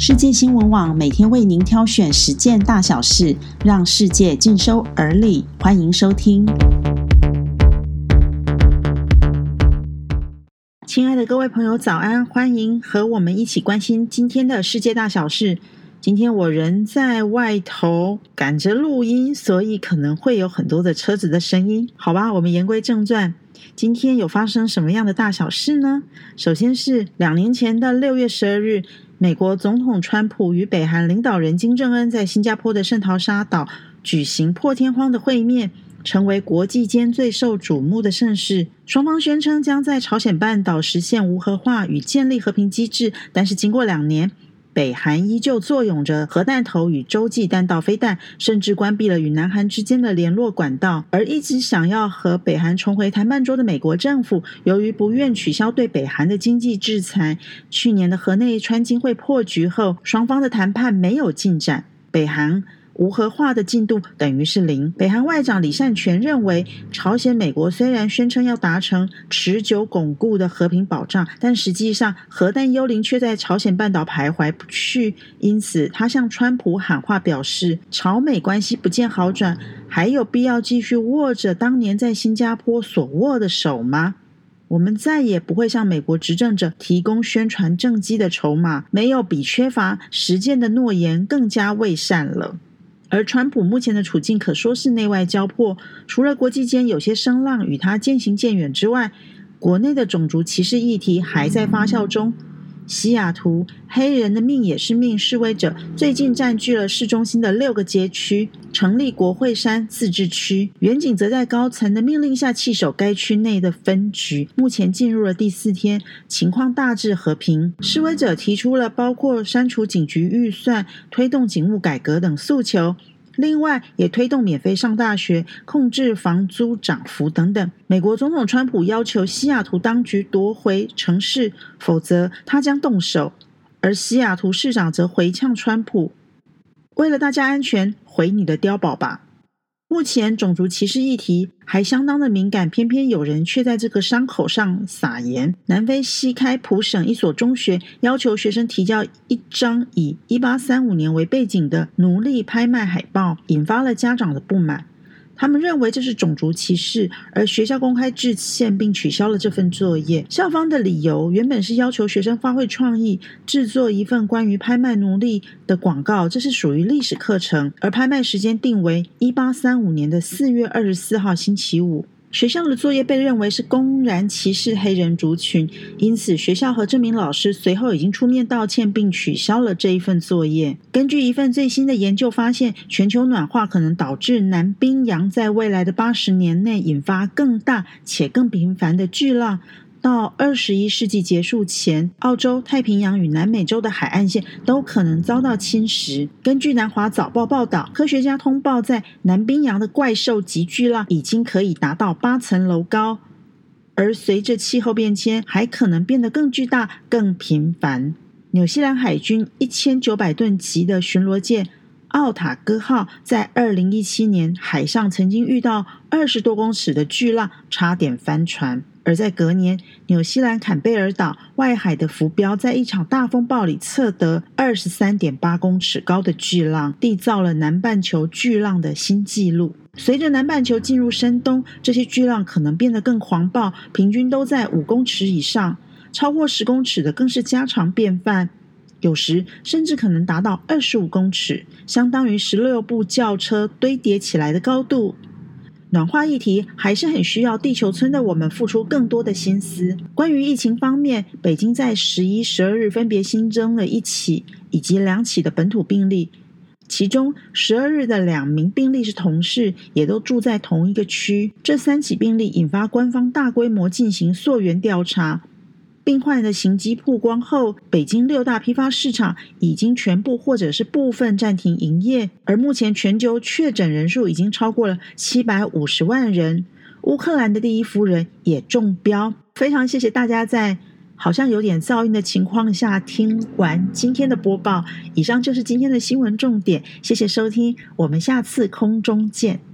世界新闻网每天为您挑选10件大小事，让世界尽收耳里。欢迎收听。亲爱的各位朋友，早安！欢迎和我们一起关心今天的世界大小事。今天我人在外头赶着录音，所以可能会有很多的车子的声音。好吧，我们言归正传。今天有发生什么样的大小事呢？首先是2年前的6月12日，美国总统川普与北韩领导人金正恩在新加坡的圣淘沙岛举行破天荒的会面，成为国际间最受瞩目的盛事。双方宣称将在朝鲜半岛实现无核化与建立和平机制，但是经过2年，北韩依旧坐拥着核弹头与洲际弹道飞弹，甚至关闭了与南韩之间的联络管道。而一直想要和北韩重回谈判桌的美国政府，由于不愿取消对北韩的经济制裁，去年的河内川金会破局后，双方的谈判没有进展，北韩无核化的进度等于是0。北韩外长李善权认为，朝鲜美国虽然宣称要达成持久巩固的和平保障，但实际上核弹幽灵却在朝鲜半岛徘徊不去，因此他向川普喊话表示，朝美关系不见好转，还有必要继续握着当年在新加坡所握的手吗？我们再也不会向美国执政者提供宣传政绩的筹码，没有比缺乏实践的诺言更加伪善了。而川普目前的处境可说是内外交迫，除了国际间有些声浪与他渐行渐远之外，国内的种族歧视议题还在发酵中。西雅图黑人的命也是命示威者最近占据了市中心的6个街区，成立国会山自治区，远景则在高层的命令下弃守该区内的分局，目前进入了第4天，情况大致和平。示威者提出了包括删除警局预算、推动警务改革等诉求，另外也推动免费上大学、控制房租涨幅等等。美国总统川普要求西雅图当局夺回城市，否则他将动手。而西雅图市长则回呛川普，为了大家安全，回你的碉堡吧。目前种族歧视议题还相当的敏感，偏偏有人却在这个伤口上撒盐。南非西开普省一所中学要求学生提交一张以1835年为背景的奴隶拍卖海报，引发了家长的不满。他们认为这是种族歧视，而学校公开致歉并取消了这份作业。校方的理由原本是要求学生发挥创意，制作一份关于拍卖奴隶的广告，这是属于历史课程，而拍卖时间定为1835年的4月24号星期五。学校的作业被认为是公然歧视黑人族群，因此学校和这名老师随后已经出面道歉并取消了这一份作业。根据一份最新的研究发现，全球暖化可能导致南冰洋在未来的80年内引发更大且更频繁的巨浪。到21世纪结束前，澳洲、太平洋与南美洲的海岸线都可能遭到侵蚀。根据南华早报报道，科学家通报在南冰洋的怪兽级巨浪已经可以达到8层楼高，而随着气候变迁，还可能变得更巨大、更频繁。纽西兰海军1900吨级的巡逻舰奥塔哥号在2017年海上曾经遇到20多公尺的巨浪，差点翻船。而在隔年，纽西兰坎贝尔岛外海的浮标在一场大风暴里测得 23.8 公尺高的巨浪，缔造了南半球巨浪的新纪录。随着南半球进入深冬，这些巨浪可能变得更狂暴，平均都在5公尺以上，超过10公尺的更是家常便饭，有时甚至可能达到25公尺，相当于16部轿车堆叠起来的高度。暖化议题还是很需要地球村的我们付出更多的心思。关于疫情方面，北京在11、12日分别新增了1起以及2起的本土病例，其中12日的2名病例是同事，也都住在同一个区。这3起病例引发官方大规模进行溯源调查。病患的行迹曝光后，北京6大批发市场已经全部或者是部分暂停营业，而目前全球确诊人数已经超过了750万人。乌克兰的第一夫人也中标。非常谢谢大家在好像有点噪音的情况下听完今天的播报。以上就是今天的新闻重点，谢谢收听，我们下次空中见。